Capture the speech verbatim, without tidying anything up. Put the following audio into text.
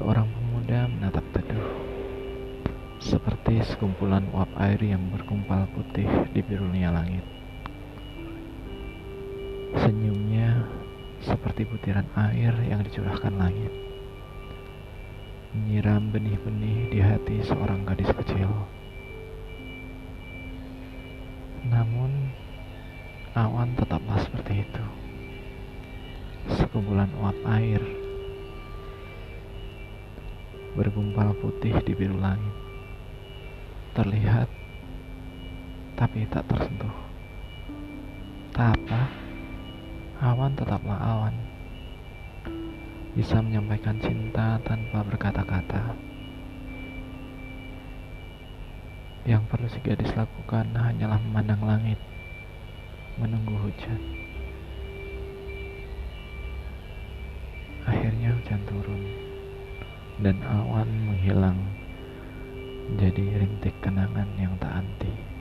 Seorang pemuda menatap teduh, seperti sekumpulan uap air yang berkumpal putih di birunya langit. Senyumnya seperti butiran air yang dicurahkan langit, menyiram benih-benih di hati seorang gadis kecil. Namun, awan tetaplah seperti itu, sekumpulan uap air bergumpal putih di biru langit, terlihat tapi tak tersentuh. Tak apa, awan tetaplah awan, bisa menyampaikan cinta tanpa berkata-kata. Yang perlu si gadis lakukan hanyalah memandang langit, menunggu hujan. Akhirnya hujan turun, dan awan menghilang, menjadi rintik kenangan yang tak anti.